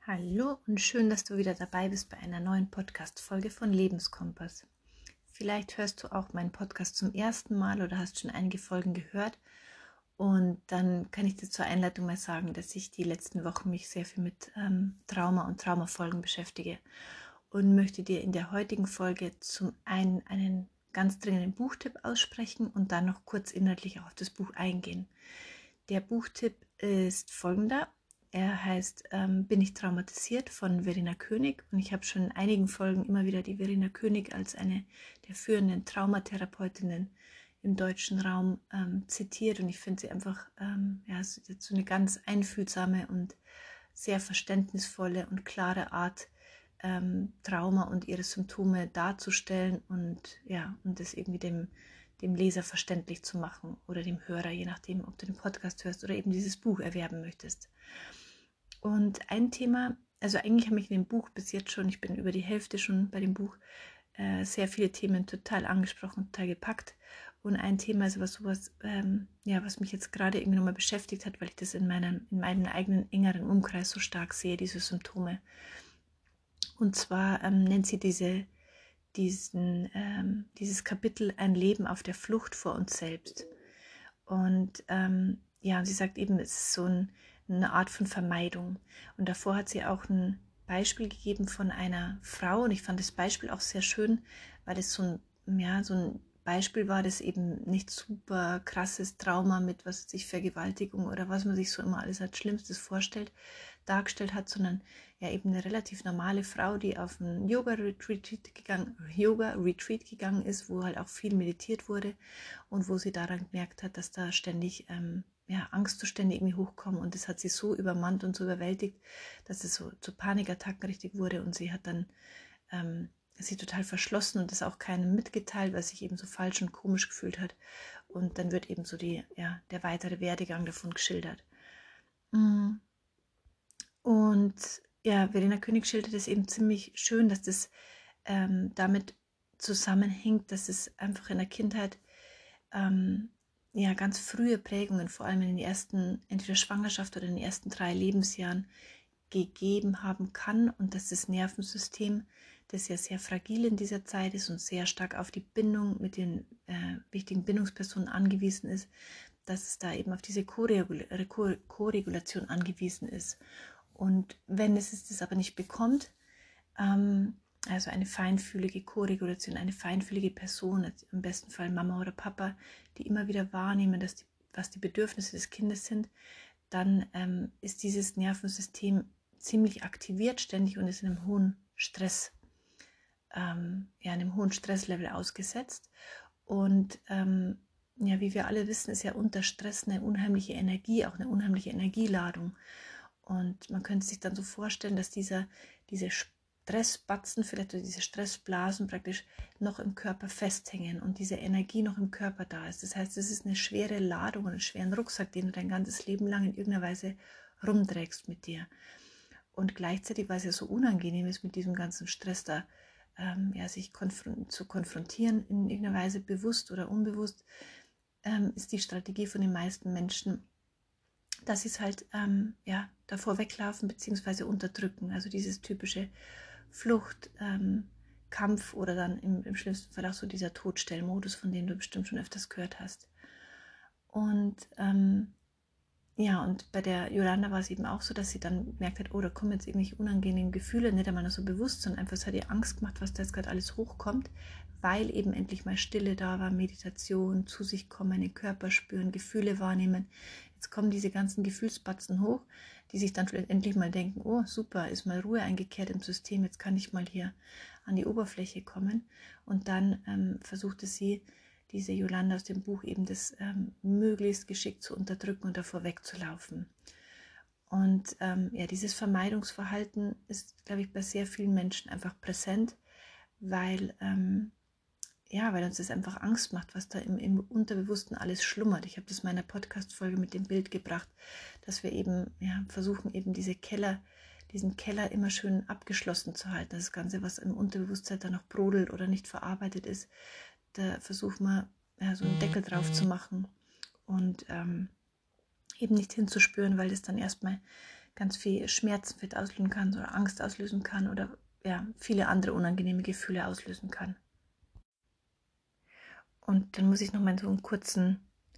Hallo und schön, dass du wieder dabei bist bei einer neuen Podcast-Folge von Lebenskompass. Vielleicht hörst du auch meinen Podcast zum ersten Mal oder hast schon einige Folgen gehört. Und dann kann ich dir zur Einleitung mal sagen, dass ich die letzten Wochen mich sehr viel mit Trauma und Traumafolgen beschäftige und möchte dir in der heutigen Folge zum einen ganz dringenden Buchtipp aussprechen und dann noch kurz inhaltlich auf das Buch eingehen. Der Buchtipp ist folgender. Er heißt Bin ich traumatisiert von Verena König, und ich habe schon in einigen Folgen immer wieder die Verena König als eine der führenden Traumatherapeutinnen im deutschen Raum zitiert, und ich finde sie einfach so eine ganz einfühlsame und sehr verständnisvolle und klare Art, Trauma und ihre Symptome darzustellen und das irgendwie dem Leser verständlich zu machen oder dem Hörer, je nachdem, ob du den Podcast hörst oder eben dieses Buch erwerben möchtest. Und ein Thema, also eigentlich habe ich in dem Buch bis jetzt schon, ich bin über die Hälfte schon bei dem Buch, sehr viele Themen total angesprochen, total gepackt. Und ein Thema ist was mich jetzt gerade irgendwie nochmal beschäftigt hat, weil ich das in meinem eigenen engeren Umkreis so stark sehe, diese Symptome. Und zwar nennt sie dieses Kapitel ein Leben auf der Flucht vor uns selbst. Und sie sagt eben, es ist so eine Art von Vermeidung. Und davor hat sie auch ein Beispiel gegeben von einer Frau, und ich fand das Beispiel auch sehr schön, weil es so ein Beispiel war, das eben nicht super krasses Trauma mit Vergewaltigung oder was man sich so immer alles als Schlimmstes dargestellt hat, sondern ja eben eine relativ normale Frau, die auf einen Yoga-Retreat gegangen ist, wo halt auch viel meditiert wurde und wo sie daran gemerkt hat, dass da ständig Angstzustände irgendwie hochkommen, und das hat sie so übermannt und so überwältigt, dass es so zu Panikattacken richtig wurde, und sie hat dann sie total verschlossen und das auch keinem mitgeteilt, weil sie sich eben so falsch und komisch gefühlt hat, und dann wird eben so der weitere Werdegang davon geschildert. Und ja, Verena König schildert es eben ziemlich schön, dass das damit zusammenhängt, dass es einfach in der Kindheit ganz frühe Prägungen, vor allem in den ersten, entweder Schwangerschaft oder in den ersten 3 Lebensjahren gegeben haben kann, und dass das Nervensystem, das ja sehr fragil in dieser Zeit ist und sehr stark auf die Bindung mit den wichtigen Bindungspersonen angewiesen ist, dass es da eben auf diese Koregulation angewiesen ist. Und wenn es das aber nicht bekommt, also eine feinfühlige Koregulation, eine feinfühlige Person, im besten Fall Mama oder Papa, die immer wieder wahrnehmen, was die Bedürfnisse des Kindes sind, dann ist dieses Nervensystem ziemlich aktiviert ständig und ist in einem hohen Stresslevel ausgesetzt. Und wie wir alle wissen, ist ja unter Stress eine unheimliche Energie, auch eine unheimliche Energieladung. Und man könnte sich dann so vorstellen, dass diese Stressbatzen, vielleicht oder diese Stressblasen praktisch noch im Körper festhängen und diese Energie noch im Körper da ist. Das heißt, es ist eine schwere Ladung, einen schweren Rucksack, den du dein ganzes Leben lang in irgendeiner Weise rumträgst mit dir. Und gleichzeitig, weil es ja so unangenehm ist, mit diesem ganzen Stress da sich zu konfrontieren, in irgendeiner Weise bewusst oder unbewusst, ist die Strategie von den meisten Menschen, dass sie es halt davor weglaufen bzw. unterdrücken. Also dieses typische Flucht, Kampf oder dann im schlimmsten Fall auch so dieser Todstellmodus, von dem du bestimmt schon öfters gehört hast. Und und bei der Yolanda war es eben auch so, dass sie dann gemerkt hat, oh, da kommen jetzt irgendwelche unangenehmen Gefühle, nicht einmal noch so bewusst, sondern einfach, es hat ihr Angst gemacht, was da jetzt gerade alles hochkommt, weil eben endlich mal Stille da war, Meditation, zu sich kommen, den Körper spüren, Gefühle wahrnehmen. Jetzt kommen diese ganzen Gefühlsbatzen hoch, die sich dann vielleicht endlich mal denken, oh, super, ist mal Ruhe eingekehrt im System, jetzt kann ich mal hier an die Oberfläche kommen. Und dann versuchte sie, diese Yolanda aus dem Buch, eben das möglichst geschickt zu unterdrücken und davor wegzulaufen. Und dieses Vermeidungsverhalten ist, glaube ich, bei sehr vielen Menschen einfach präsent, weil uns das einfach Angst macht, was da im Unterbewussten alles schlummert. Ich habe das in meiner Podcast-Folge mit dem Bild gebracht, dass wir eben versuchen, eben diesen Keller immer schön abgeschlossen zu halten. Das Ganze, was im Unterbewusstsein da noch brodelt oder nicht verarbeitet ist, da versuchen wir so einen Deckel drauf zu machen und eben nicht hinzuspüren, weil das dann erstmal ganz viel Schmerzen vielleicht auslösen kann oder Angst auslösen kann oder ja, viele andere unangenehme Gefühle auslösen kann. Und dann muss ich nochmal so einen kurzen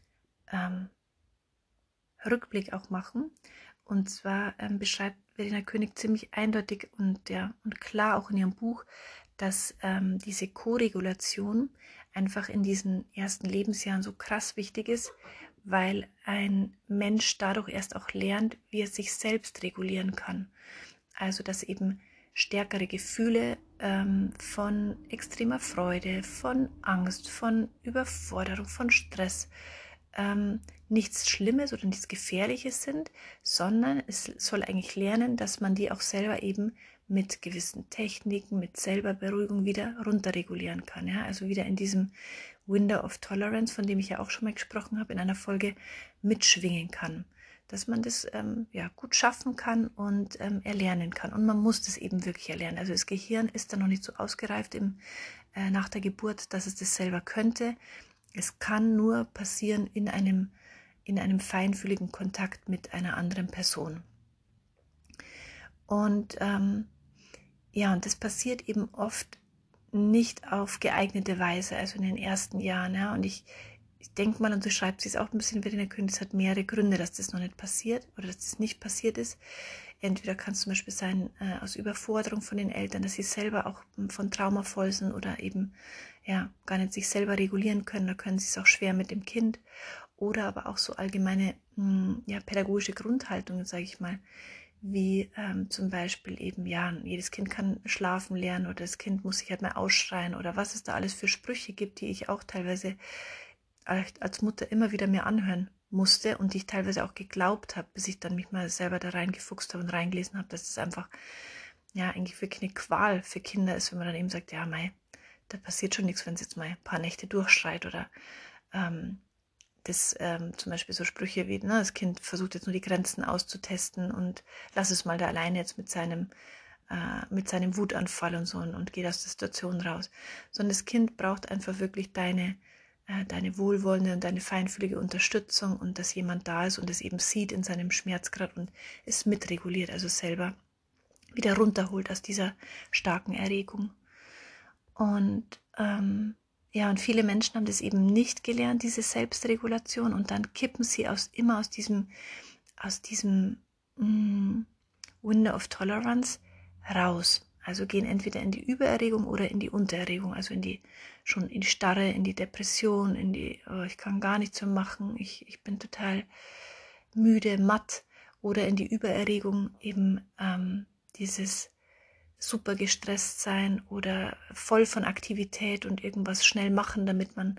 Rückblick auch machen. Und zwar beschreibt Verena König ziemlich eindeutig und klar auch in ihrem Buch, dass diese Koregulation einfach in diesen ersten Lebensjahren so krass wichtig ist, weil ein Mensch dadurch erst auch lernt, wie er sich selbst regulieren kann. Also dass eben stärkere Gefühle von extremer Freude, von Angst, von Überforderung, von Stress nichts Schlimmes oder nichts Gefährliches sind, sondern es soll eigentlich lernen, dass man die auch selber eben mit gewissen Techniken, mit Selberberuhigung wieder runterregulieren kann. Ja? Also wieder in diesem Window of Tolerance, von dem ich ja auch schon mal gesprochen habe, in einer Folge mitschwingen kann. Dass man das gut schaffen kann und erlernen kann. Und man muss das eben wirklich erlernen. Also das Gehirn ist da noch nicht so ausgereift nach der Geburt, dass es das selber könnte. Es kann nur passieren in einem feinfühligen Kontakt mit einer anderen Person. Und und das passiert eben oft nicht auf geeignete Weise, also in den ersten Jahren. Ja. Und ich denke mal, und so schreibt sie es auch ein bisschen, Verena König, es hat mehrere Gründe, dass das noch nicht passiert oder dass das nicht passiert ist. Entweder kann es zum Beispiel sein, aus Überforderung von den Eltern, dass sie selber auch von Trauma voll sind oder eben gar nicht sich selber regulieren können. Da können sie es auch schwer mit dem Kind. Oder aber auch so allgemeine pädagogische Grundhaltungen, sage ich mal, wie zum Beispiel eben, jedes Kind kann schlafen lernen oder das Kind muss sich halt mal ausschreien oder was es da alles für Sprüche gibt, die ich auch teilweise als Mutter immer wieder mir anhören musste und die ich teilweise auch geglaubt habe, bis ich dann mich mal selber da reingefuchst habe und reingelesen habe, dass es einfach eigentlich wirklich eine Qual für Kinder ist, wenn man dann eben sagt, ja mei, da passiert schon nichts, wenn es jetzt mal ein paar Nächte durchschreit oder zum Beispiel so Sprüche wie, das Kind versucht jetzt nur die Grenzen auszutesten und lass es mal da alleine jetzt mit seinem Wutanfall und so und geht aus der Situation raus. Sondern das Kind braucht einfach wirklich deine wohlwollende und deine feinfühlige Unterstützung und dass jemand da ist und es eben sieht in seinem Schmerzgrad und es mitreguliert, also selber wieder runterholt aus dieser starken Erregung. Und und viele Menschen haben das eben nicht gelernt, diese Selbstregulation, und dann kippen sie immer aus diesem Window of Tolerance raus. Also gehen entweder in die Übererregung oder in die Untererregung, also in die Starre, in die Depression, ich kann gar nichts mehr machen, ich bin total müde, matt, oder in die Übererregung eben dieses super gestresst sein oder voll von Aktivität und irgendwas schnell machen, damit man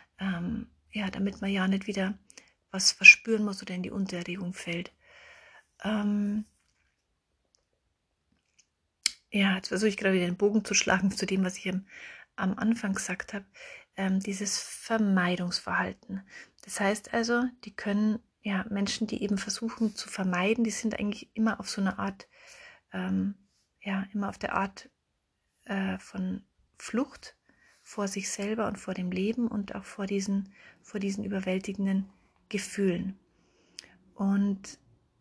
ja nicht wieder was verspüren muss oder in die Untererregung fällt. Jetzt versuche ich gerade wieder den Bogen zu schlagen zu dem, was ich am Anfang gesagt habe. Dieses Vermeidungsverhalten. Das heißt also, die können, Menschen, die eben versuchen zu vermeiden, die sind eigentlich immer auf so eine Art, immer auf der Art von Flucht vor sich selber und vor dem Leben und auch vor diesen überwältigenden Gefühlen. Und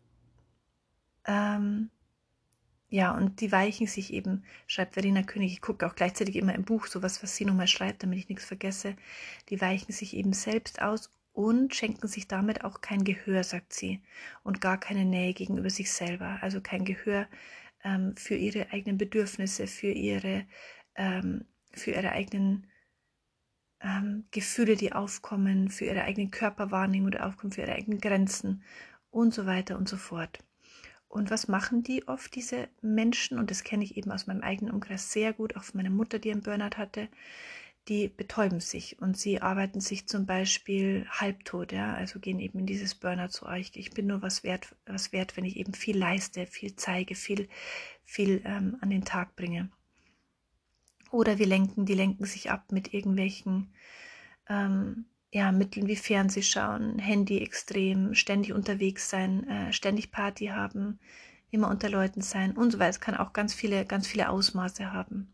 und die weichen sich eben, schreibt Verena König, ich gucke auch gleichzeitig immer im Buch sowas, was sie nochmal schreibt, damit ich nichts vergesse, die weichen sich eben selbst aus und schenken sich damit auch kein Gehör, sagt sie, und gar keine Nähe gegenüber sich selber, also kein Gehör für ihre eigenen Bedürfnisse, für ihre eigenen Gefühle, die aufkommen, für ihre eigenen Körperwahrnehmung, die aufkommen, für ihre eigenen Grenzen und so weiter und so fort. Und was machen die oft, diese Menschen? Und das kenne ich eben aus meinem eigenen Umkreis sehr gut, auch von meiner Mutter, die einen Burnout hatte. Die betäuben sich und sie arbeiten sich zum Beispiel halbtot, also gehen eben in dieses Burnout so, ich bin nur was wert, wenn ich eben viel leiste, viel zeige, viel an den Tag bringe. Oder die lenken sich ab mit irgendwelchen Mitteln wie Fernsehschauen, Handy extrem, ständig unterwegs sein, ständig Party haben, immer unter Leuten sein und so weiter. Es kann auch ganz viele Ausmaße haben.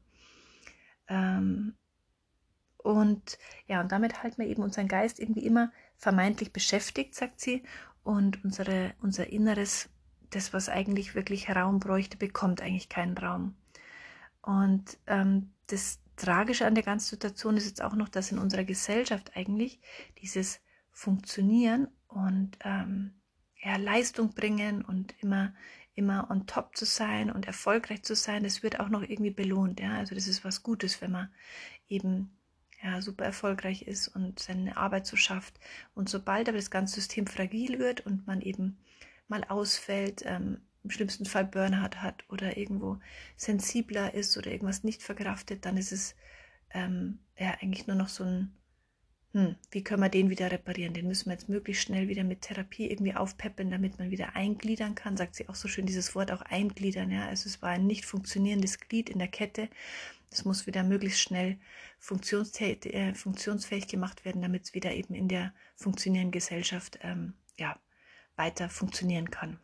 Und damit halten wir eben unseren Geist irgendwie immer vermeintlich beschäftigt, sagt sie, und unser Inneres, das, was eigentlich wirklich Raum bräuchte, bekommt eigentlich keinen Raum. Und das Tragische an der ganzen Situation ist jetzt auch noch, dass in unserer Gesellschaft eigentlich dieses Funktionieren und Leistung bringen und immer on top zu sein und erfolgreich zu sein, das wird auch noch irgendwie belohnt. Ja? Also das ist was Gutes, wenn man eben super erfolgreich ist und seine Arbeit so schafft. Und sobald aber das ganze System fragil wird und man eben mal ausfällt, im schlimmsten Fall Burnout hat oder irgendwo sensibler ist oder irgendwas nicht verkraftet, dann ist es eigentlich nur noch so ein, wie können wir den wieder reparieren? Den müssen wir jetzt möglichst schnell wieder mit Therapie irgendwie aufpeppeln, damit man wieder eingliedern kann. Sagt sie auch so schön, dieses Wort auch eingliedern. Ja? Also es war ein nicht funktionierendes Glied in der Kette. Das muss wieder möglichst schnell funktionsfähig gemacht werden, damit es wieder eben in der funktionierenden Gesellschaft weiter funktionieren kann.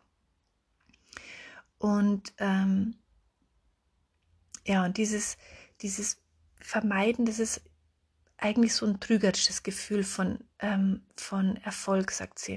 Und und dieses Vermeiden, das ist eigentlich so ein trügerisches Gefühl von Erfolg, sagt sie.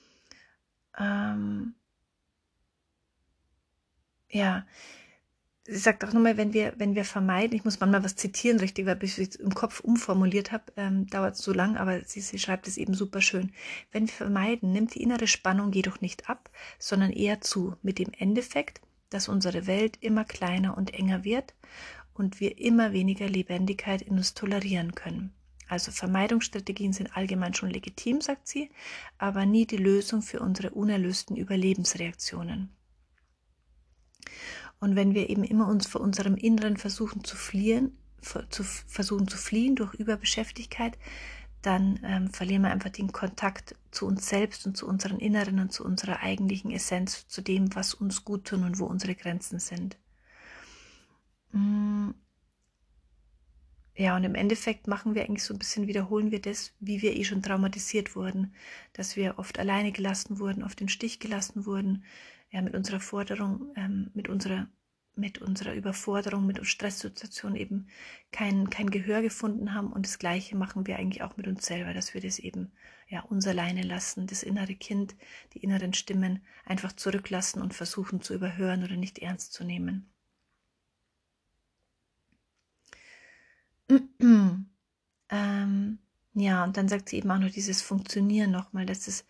Sie sagt auch nochmal, wenn wir vermeiden, ich muss manchmal was zitieren, richtig, weil ich es im Kopf umformuliert habe, dauert es so lang, aber sie schreibt es eben super schön. Wenn wir vermeiden, nimmt die innere Spannung jedoch nicht ab, sondern eher zu, mit dem Endeffekt, dass unsere Welt immer kleiner und enger wird und wir immer weniger Lebendigkeit in uns tolerieren können. Also Vermeidungsstrategien sind allgemein schon legitim, sagt sie, aber nie die Lösung für unsere unerlösten Überlebensreaktionen. Und wenn wir eben immer uns vor unserem Inneren versuchen zu fliehen durch Überbeschäftigkeit, dann verlieren wir einfach den Kontakt zu uns selbst und zu unseren Inneren und zu unserer eigentlichen Essenz, zu dem, was uns gut tut und wo unsere Grenzen sind. Ja, und im Endeffekt machen wir eigentlich so ein bisschen, wiederholen wir das, wie wir schon traumatisiert wurden, dass wir oft alleine gelassen wurden, auf den Stich gelassen wurden, mit unserer Forderung, mit unserer Überforderung, mit unserer Stresssituation eben kein Gehör gefunden haben. Und das Gleiche machen wir eigentlich auch mit uns selber, dass wir das eben uns alleine lassen, das innere Kind, die inneren Stimmen einfach zurücklassen und versuchen zu überhören oder nicht ernst zu nehmen. Und dann sagt sie eben auch noch dieses Funktionieren nochmal, dass es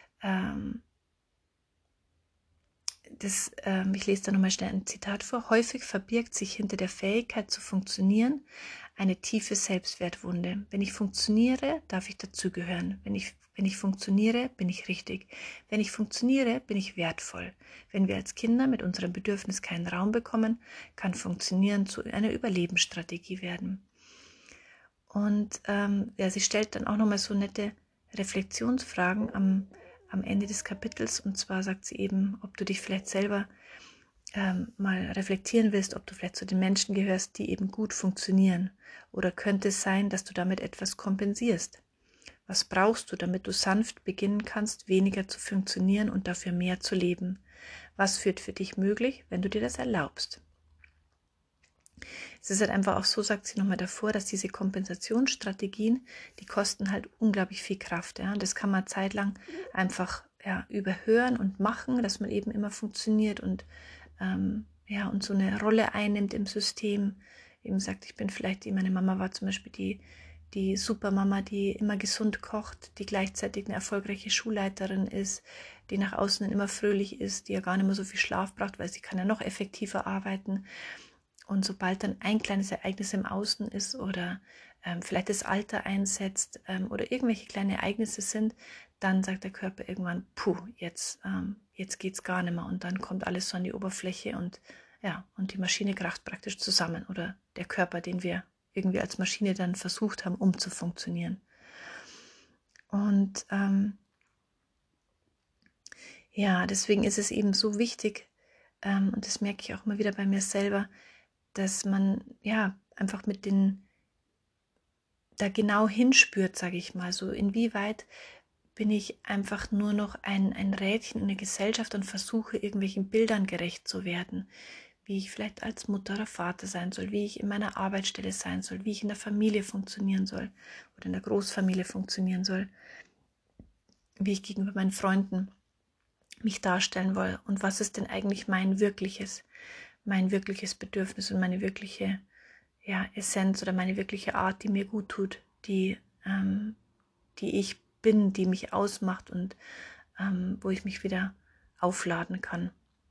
ich lese da nochmal schnell ein Zitat vor. Häufig verbirgt sich hinter der Fähigkeit zu funktionieren eine tiefe Selbstwertwunde. Wenn ich funktioniere, darf ich dazugehören. Wenn ich funktioniere, bin ich richtig. Wenn ich funktioniere, bin ich wertvoll. Wenn wir als Kinder mit unserem Bedürfnis keinen Raum bekommen, kann Funktionieren zu einer Überlebensstrategie werden. Und sie stellt dann auch nochmal so nette Reflexionsfragen am Ende des Kapitels. Und zwar sagt sie eben, ob du dich vielleicht selber mal reflektieren willst, ob du vielleicht zu den Menschen gehörst, die eben gut funktionieren. Oder könnte es sein, dass du damit etwas kompensierst? Was brauchst du, damit du sanft beginnen kannst, weniger zu funktionieren und dafür mehr zu leben? Was führt für dich möglich, wenn du dir das erlaubst? Es ist halt einfach auch so, sagt sie nochmal davor, dass diese Kompensationsstrategien, die kosten halt unglaublich viel Kraft. Ja? Und das kann man zeitlang einfach überhören und machen, dass man eben immer funktioniert und so eine Rolle einnimmt im System. Eben sagt, ich bin vielleicht meine Mama war zum Beispiel die Supermama, die immer gesund kocht, die gleichzeitig eine erfolgreiche Schulleiterin ist, die nach außen immer fröhlich ist, die ja gar nicht mehr so viel Schlaf braucht, weil sie kann ja noch effektiver arbeiten. Und sobald dann ein kleines Ereignis im Außen ist oder vielleicht das Alter einsetzt oder irgendwelche kleine Ereignisse sind, dann sagt der Körper irgendwann, jetzt geht's gar nicht mehr. Und dann kommt alles so an die Oberfläche und die Maschine kracht praktisch zusammen oder der Körper, den wir irgendwie als Maschine dann versucht haben, umzufunktionieren. Und deswegen ist es eben so wichtig, und das merke ich auch immer wieder bei mir selber, dass man einfach da genau hinspürt, sage ich mal, so inwieweit bin ich einfach nur noch ein Rädchen in der Gesellschaft und versuche irgendwelchen Bildern gerecht zu werden, wie ich vielleicht als Mutter oder Vater sein soll, wie ich in meiner Arbeitsstelle sein soll, wie ich in der Familie funktionieren soll oder in der Großfamilie funktionieren soll, wie ich gegenüber meinen Freunden mich darstellen will und was ist denn eigentlich mein wirkliches Bedürfnis und meine wirkliche Essenz oder meine wirkliche Art, die mir gut tut, die ich bin, die mich ausmacht und wo ich mich wieder aufladen kann.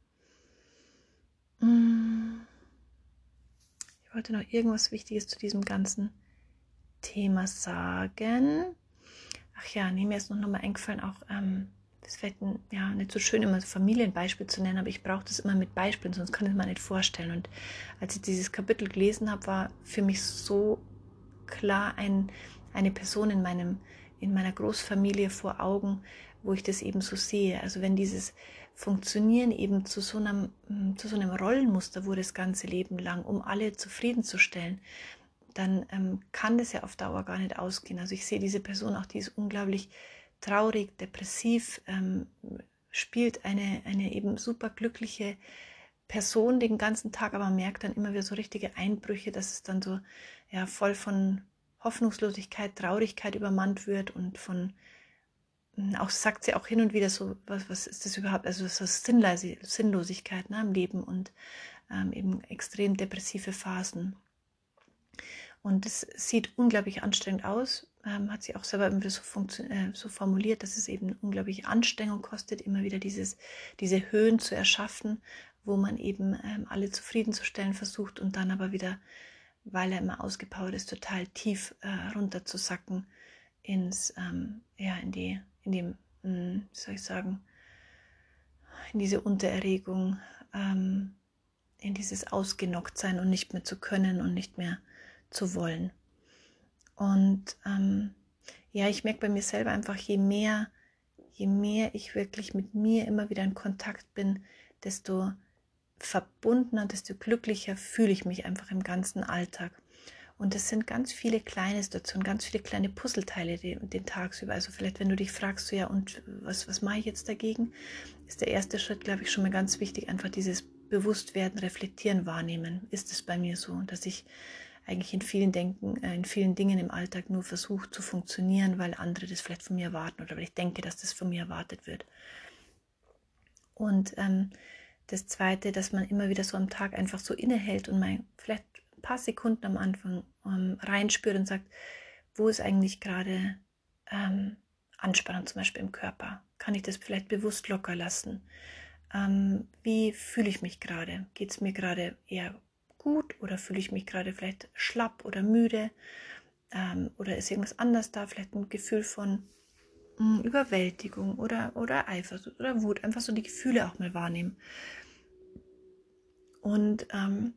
Ich wollte noch irgendwas Wichtiges zu diesem ganzen Thema sagen. Ach ja, mir ist noch mal eingefallen, auch das ist vielleicht nicht so schön, immer so Familienbeispiel zu nennen, aber ich brauche das immer mit Beispielen, sonst kann ich es mir nicht vorstellen. Und als ich dieses Kapitel gelesen habe, war für mich so klar eine Person in meiner Großfamilie vor Augen, wo ich das eben so sehe. Also wenn dieses Funktionieren eben zu so einem Rollenmuster wurde das ganze Leben lang, um alle zufriedenzustellen, dann kann das ja auf Dauer gar nicht ausgehen. Also ich sehe diese Person auch, die ist unglaublich traurig, depressiv, spielt eine eben super glückliche Person den ganzen Tag, aber merkt dann immer wieder so richtige Einbrüche, dass es dann so voll von Hoffnungslosigkeit, Traurigkeit übermannt wird und von auch sagt sie auch hin und wieder so, was ist das überhaupt, also so Sinnlosigkeit im Leben und eben extrem depressive Phasen. Und das sieht unglaublich anstrengend aus, hat sie auch selber irgendwie so formuliert, dass es eben unglaubliche Anstrengung kostet, immer wieder diese Höhen zu erschaffen, wo man eben alle zufriedenzustellen versucht und dann aber wieder, weil er immer ausgepowert ist, total tief runter zu sacken in diese Untererregung, in dieses Ausgenocktsein und nicht mehr zu können und nicht mehr zu wollen. Und ich merke bei mir selber einfach, je mehr ich wirklich mit mir immer wieder in Kontakt bin, desto verbundener, desto glücklicher fühle ich mich einfach im ganzen Alltag. Und es sind ganz viele kleine Situationen, ganz viele kleine Puzzleteile den tagsüber. Also vielleicht, wenn du dich fragst, so, und was mache ich jetzt dagegen, ist der erste Schritt, glaube ich, schon mal ganz wichtig, einfach dieses Bewusstwerden, Reflektieren, Wahrnehmen. Ist es bei mir so, dass ich eigentlich in vielen Dingen im Alltag nur versuche zu funktionieren, weil andere das vielleicht von mir erwarten oder weil ich denke, dass das von mir erwartet wird. Und das Zweite, dass man immer wieder so am Tag einfach so innehält und mal vielleicht ein paar Sekunden am Anfang reinspürt und sagt, wo ist eigentlich gerade Anspannung zum Beispiel im Körper? Kann ich das vielleicht bewusst locker lassen? Wie fühle ich mich gerade? Geht es mir gerade eher gut oder fühle ich mich gerade vielleicht schlapp oder müde? Oder ist irgendwas anders da? Vielleicht ein Gefühl von Überwältigung oder Eifersucht oder Wut, einfach so die Gefühle auch mal wahrnehmen. Und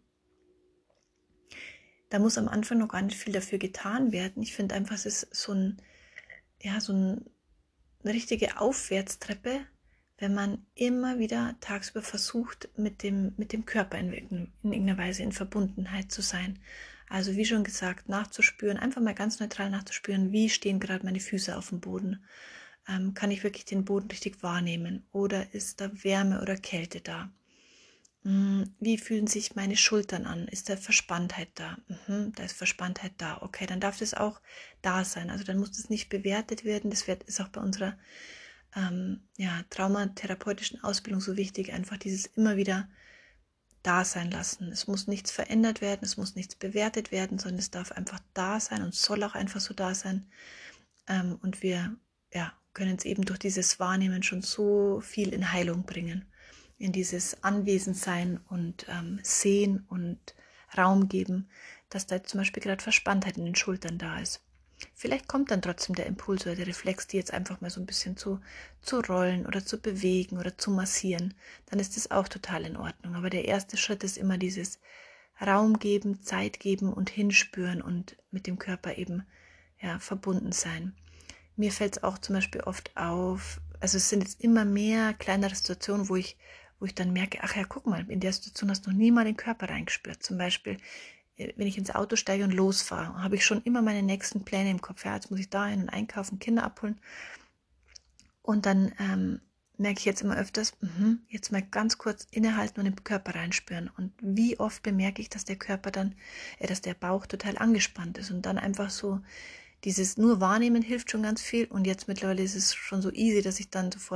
da muss am Anfang noch gar nicht viel dafür getan werden. Ich finde einfach, es ist so eine richtige Aufwärtstreppe, wenn man immer wieder tagsüber versucht, mit dem Körper in irgendeiner Weise in Verbundenheit zu sein. Also wie schon gesagt, nachzuspüren, einfach mal ganz neutral nachzuspüren, wie stehen gerade meine Füße auf dem Boden. Kann ich wirklich den Boden richtig wahrnehmen oder ist da Wärme oder Kälte da? Wie fühlen sich meine Schultern an? Ist da Verspanntheit da? Da ist Verspanntheit da. Okay, dann darf das auch da sein. Also dann muss das nicht bewertet werden. Das ist auch bei unserer traumatherapeutischen Ausbildung so wichtig, einfach dieses immer wieder da sein lassen. Es muss nichts verändert werden, es muss nichts bewertet werden, sondern es darf einfach da sein und soll auch einfach so da sein. Und wir können es eben durch dieses Wahrnehmen schon so viel in Heilung bringen, in dieses Anwesendsein und Sehen und Raum geben, dass da zum Beispiel gerade Verspanntheit in den Schultern da ist. Vielleicht kommt dann trotzdem der Impuls oder der Reflex, die jetzt einfach mal so ein bisschen zu rollen oder zu bewegen oder zu massieren. Dann ist das auch total in Ordnung. Aber der erste Schritt ist immer dieses Raum geben, Zeit geben und hinspüren und mit dem Körper eben verbunden sein. Mir fällt es auch zum Beispiel oft auf, also es sind jetzt immer mehr kleinere Situationen, wo ich dann merke, ach ja, guck mal, in der Situation hast du noch nie mal den Körper reingespürt. Zum Beispiel, wenn ich ins Auto steige und losfahre, habe ich schon immer meine nächsten Pläne im Kopf. Ja, jetzt muss ich dahin und einkaufen, Kinder abholen. Und dann merke ich jetzt immer öfters, jetzt mal ganz kurz innehalten und in den Körper reinspüren. Und wie oft bemerke ich, dass der Körper dann, dass der Bauch total angespannt ist und dann einfach so dieses nur Wahrnehmen hilft schon ganz viel und jetzt mittlerweile ist es schon so easy, dass ich dann sofort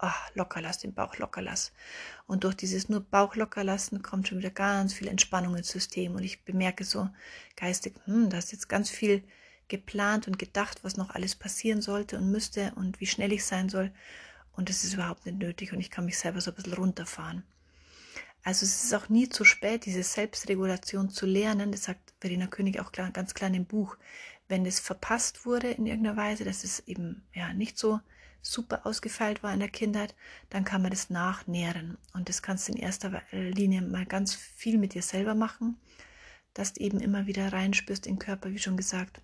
locker lass, den Bauch locker lass. Und durch dieses nur Bauch locker lassen kommt schon wieder ganz viel Entspannung ins System. Und ich bemerke so geistig, da ist jetzt ganz viel geplant und gedacht, was noch alles passieren sollte und müsste und wie schnell ich sein soll. Und das ist überhaupt nicht nötig und ich kann mich selber so ein bisschen runterfahren. Also es ist auch nie zu spät, diese Selbstregulation zu lernen. Das sagt Verena König auch ganz klar in dem Buch. Wenn es verpasst wurde in irgendeiner Weise, dass es eben nicht so super ausgefeilt war in der Kindheit, dann kann man das nachnähren. Und das kannst du in erster Linie mal ganz viel mit dir selber machen, dass du eben immer wieder reinspürst in den Körper, wie schon gesagt.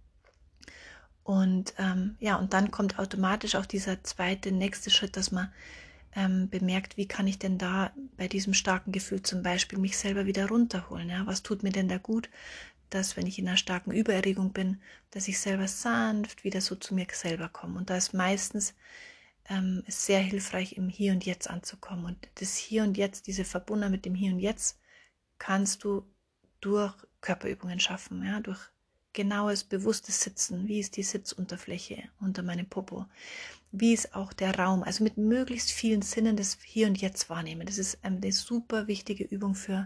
Und und dann kommt automatisch auch dieser nächste Schritt, dass man bemerkt, wie kann ich denn da bei diesem starken Gefühl zum Beispiel mich selber wieder runterholen. Ja? Was tut mir denn da gut, dass wenn ich in einer starken Übererregung bin, dass ich selber sanft wieder so zu mir selber komme. Und da ist meistens ist sehr hilfreich, im Hier und Jetzt anzukommen. Und das Hier und Jetzt, diese Verbundenheit mit dem Hier und Jetzt, kannst du durch Körperübungen schaffen, ja, durch genaues, bewusstes Sitzen. Wie ist die Sitzunterfläche unter meinem Popo? Wie ist auch der Raum? Also mit möglichst vielen Sinnen das Hier und Jetzt wahrnehmen. Das ist eine super wichtige Übung für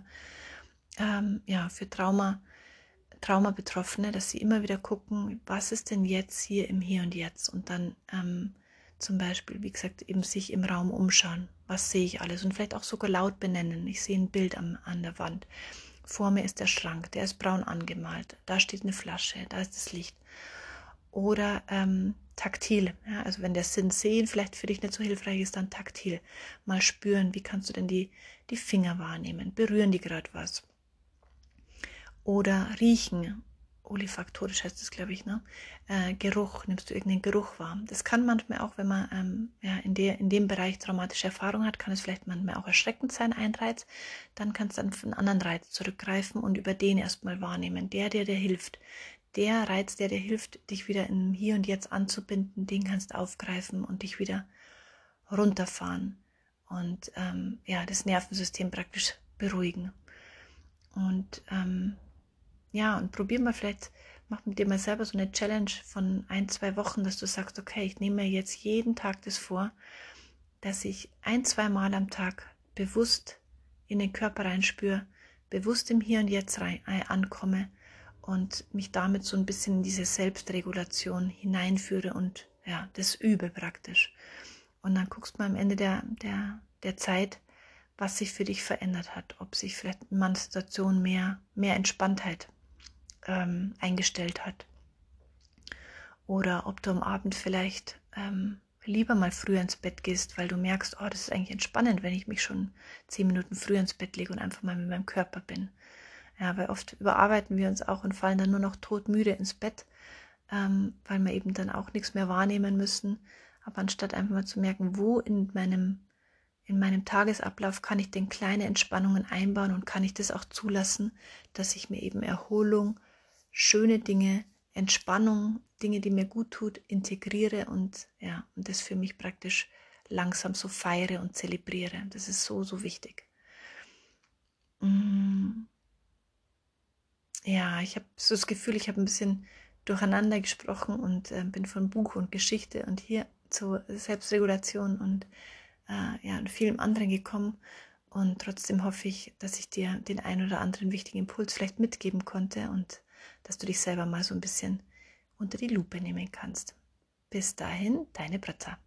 Trauma-Betroffene, dass sie immer wieder gucken, was ist denn jetzt hier im Hier und Jetzt? Und dann zum Beispiel, wie gesagt, eben sich im Raum umschauen. Was sehe ich alles? Und vielleicht auch sogar laut benennen. Ich sehe ein Bild an der Wand. Vor mir ist der Schrank, der ist braun angemalt. Da steht eine Flasche, da ist das Licht. Oder taktil. Ja, also wenn der Sinn sehen vielleicht für dich nicht so hilfreich ist, dann taktil. Mal spüren, wie kannst du denn die Finger wahrnehmen? Berühren die gerade was? Oder riechen. Olfaktorisch heißt das, glaube ich, ne? Geruch, nimmst du irgendeinen Geruch wahr? Das kann manchmal auch, wenn man in dem Bereich traumatische Erfahrung hat, kann es vielleicht manchmal auch erschreckend sein, ein Reiz. Dann kannst du dann auf einen anderen Reiz zurückgreifen und über den erstmal wahrnehmen. Der hilft. Der Reiz, der dir hilft, dich wieder im Hier und Jetzt anzubinden, den kannst du aufgreifen und dich wieder runterfahren und das Nervensystem praktisch beruhigen. Und und probier mal vielleicht, mach mit dir mal selber so eine Challenge von 1-2 Wochen, dass du sagst, okay, ich nehme mir jetzt jeden Tag das vor, dass ich 1-2 Mal am Tag bewusst in den Körper reinspüre, bewusst im Hier und Jetzt ankomme und mich damit so ein bisschen in diese Selbstregulation hineinführe und das übe praktisch. Und dann guckst du mal am Ende der Zeit, was sich für dich verändert hat, ob sich vielleicht in manchen Situationen mehr Entspanntheit eingestellt hat. Oder ob du am Abend vielleicht lieber mal früher ins Bett gehst, weil du merkst, das ist eigentlich entspannend, wenn ich mich schon 10 Minuten früher ins Bett lege und einfach mal mit meinem Körper bin. Ja, weil oft überarbeiten wir uns auch und fallen dann nur noch todmüde ins Bett, weil wir eben dann auch nichts mehr wahrnehmen müssen. Aber anstatt einfach mal zu merken, wo in meinem Tagesablauf kann ich denn kleine Entspannungen einbauen und kann ich das auch zulassen, dass ich mir eben Erholung, schöne Dinge, Entspannung, Dinge, die mir gut tut, integriere und das für mich praktisch langsam so feiere und zelebriere. Das ist so, so wichtig. Ja, ich habe so das Gefühl, ich habe ein bisschen durcheinander gesprochen und bin von Buch und Geschichte und hier zur Selbstregulation und und vielem anderen gekommen. Und trotzdem hoffe ich, dass ich dir den ein oder anderen wichtigen Impuls vielleicht mitgeben konnte und dass du dich selber mal so ein bisschen unter die Lupe nehmen kannst. Bis dahin, deine Britta.